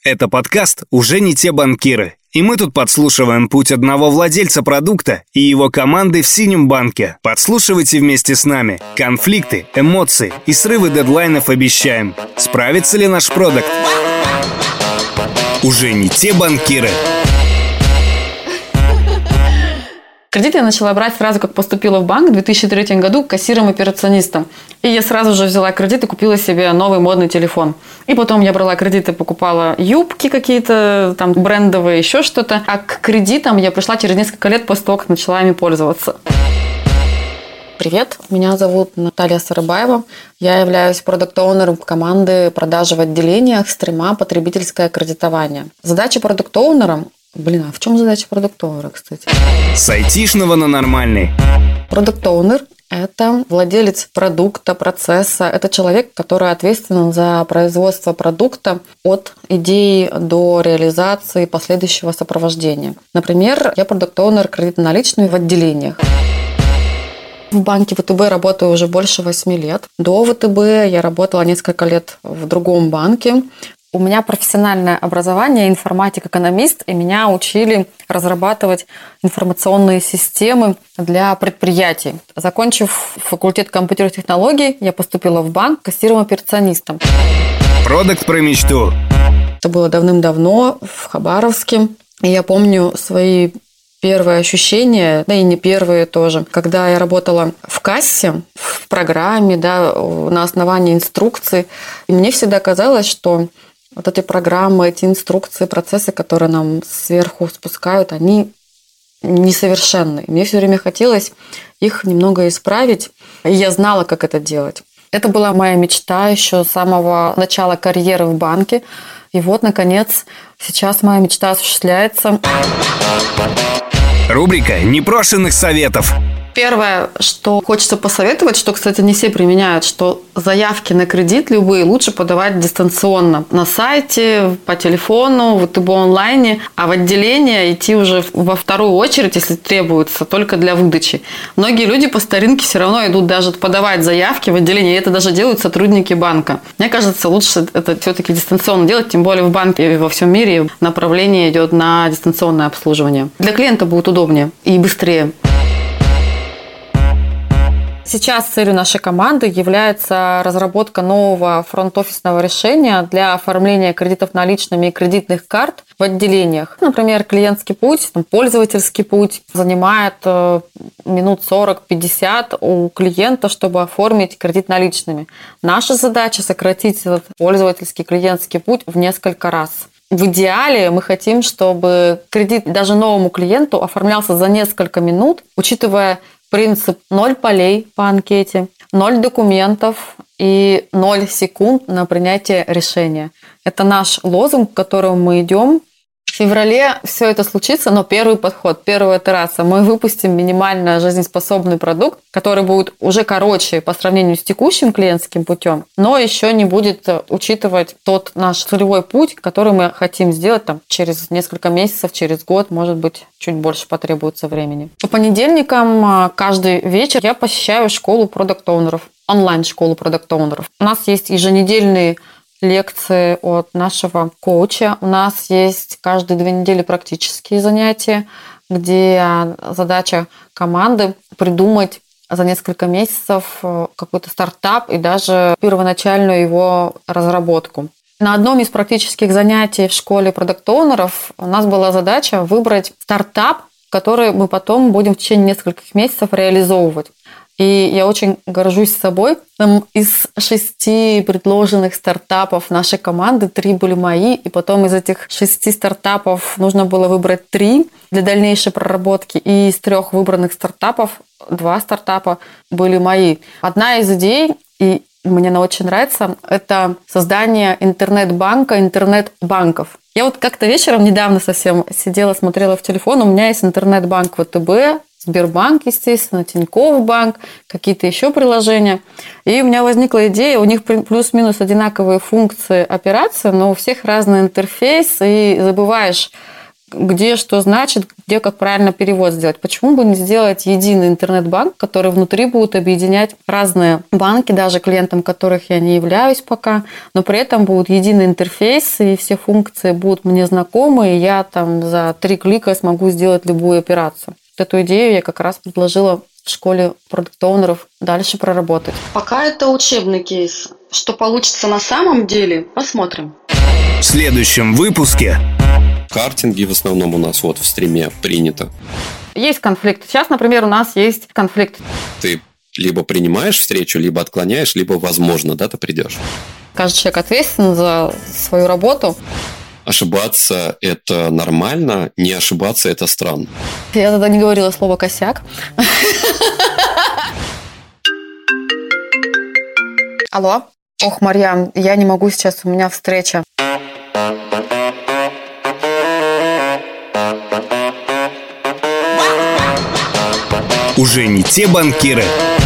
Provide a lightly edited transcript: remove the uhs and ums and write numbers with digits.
Это подкаст «Уже не те банкиры». И мы тут подслушиваем путь одного владельца продукта и его команды в синем банке. Подслушивайте вместе с нами. Конфликты, эмоции и срывы дедлайнов обещаем. Справится ли наш продукт? Уже не те банкиры. Кредит я начала брать сразу, как поступила в банк в 2003 году кассиром-операционистом. И я сразу же взяла кредит и купила себе новый модный телефон. И потом я брала кредиты, покупала юбки какие-то, там брендовые, еще что-то. А к кредитам я пришла через несколько лет после того, как начала ими пользоваться. Привет, меня зовут Наталья Сарыбаева. Я являюсь продукт-оунером команды продажи в отделениях «Стрима. Потребительское кредитование». Задача продукт-оунера... а в чем задача продукт-оунера, кстати? С айтишного на нормальный. Продукт-оунер – это владелец продукта, процесса. Это человек, который ответственен за производство продукта от идеи до реализации последующего сопровождения. Например, я продукт-оунер кредитно-наличными в отделениях. В банке ВТБ работаю уже больше 8 лет. До ВТБ я работала несколько лет в другом банке. У меня профессиональное образование, информатик-экономист, и меня учили разрабатывать информационные системы для предприятий. Закончив факультет компьютерных технологий, я поступила в банк кассиром-операционистом. Продукт про мечту. Это было давным-давно в Хабаровске. И я помню свои первые ощущения, да и не первые тоже, когда я работала в кассе, в программе, да, на основании инструкций. И мне всегда казалось, что вот эти программы, эти инструкции, процессы, которые нам сверху спускают, они несовершенны. Мне все время хотелось их немного исправить, и я знала, как это делать. Это была моя мечта еще с самого начала карьеры в банке. И вот, наконец, сейчас моя мечта осуществляется. Рубрика непрошенных советов. Первое, что хочется посоветовать, что, кстати, не все применяют, что заявки на кредит любые лучше подавать дистанционно. На сайте, по телефону, в ВТБ онлайне, а в отделение идти уже во вторую очередь, если требуется, только для выдачи. Многие люди по старинке все равно идут даже подавать заявки в отделение, и это даже делают сотрудники банка. Мне кажется, лучше это все-таки дистанционно делать, тем более в банке и во всем мире направление идет на дистанционное обслуживание. Для клиента будет удобнее и быстрее. Сейчас целью нашей команды является разработка нового фронт-офисного решения для оформления кредитов наличными и кредитных карт в отделениях. Например, клиентский путь, пользовательский путь занимает минут 40-50 у клиента, чтобы оформить кредит наличными. Наша задача – сократить этот пользовательский клиентский путь в несколько раз. В идеале мы хотим, чтобы кредит даже новому клиенту оформлялся за несколько минут, учитывая принцип 0 полей по анкете, 0 документов и 0 секунд на принятие решения. Это наш лозунг, к которому мы идем. В феврале все это случится, но первый подход, первая итерация. Мы выпустим минимально жизнеспособный продукт, который будет уже короче по сравнению с текущим клиентским путем, но еще не будет учитывать тот наш целевой путь, который мы хотим сделать там, через несколько месяцев, через год, может быть, чуть больше потребуется времени. По понедельникам каждый вечер я посещаю школу продакт-оунеров, онлайн-школу продакт-оунеров. У нас есть еженедельные лекции от нашего коуча. У нас есть каждые 2 недели практические занятия, где задача команды придумать за несколько месяцев какой-то стартап и даже первоначальную его разработку. На одном из практических занятий в школе продакт-оунеров у нас была задача выбрать стартап, который мы потом будем в течение нескольких месяцев реализовывать. И я очень горжусь собой. Из 6 предложенных стартапов нашей команды 3 были мои, и потом из этих 6 стартапов нужно было выбрать 3 для дальнейшей проработки. И из 3 выбранных стартапов 2 стартапа были мои. Одна из идей, и мне она очень нравится, это создание интернет-банка, интернет-банков. Я вот как-то вечером недавно совсем сидела, смотрела в телефон, у меня есть интернет-банк ВТБ, Сбербанк, естественно, Тинькофф банк, какие-то еще приложения. И у меня возникла идея, у них плюс-минус одинаковые функции операции, но у всех разный интерфейс, и забываешь, где что значит, где как правильно перевод сделать. Почему бы не сделать единый интернет-банк, который внутри будет объединять разные банки, даже клиентам которых я не являюсь пока, но при этом будет единый интерфейс, и все функции будут мне знакомы, и я там за 3 клика смогу сделать любую операцию. Вот эту идею я как раз предложила в школе продукт-оунеров дальше проработать. Пока это учебный кейс. Что получится на самом деле, посмотрим. В следующем выпуске. Картинги в основном у нас вот в стриме принято. Есть конфликт. Сейчас, например, у нас есть конфликт. Ты либо принимаешь встречу, либо отклоняешь, либо, возможно, да, ты придешь. Каждый человек ответственен за свою работу. Ошибаться – это нормально, не ошибаться – это странно. Я тогда не говорила слово «косяк». Алло? Ох, Марьям, я не могу сейчас, у меня встреча. Уже не те банкиры,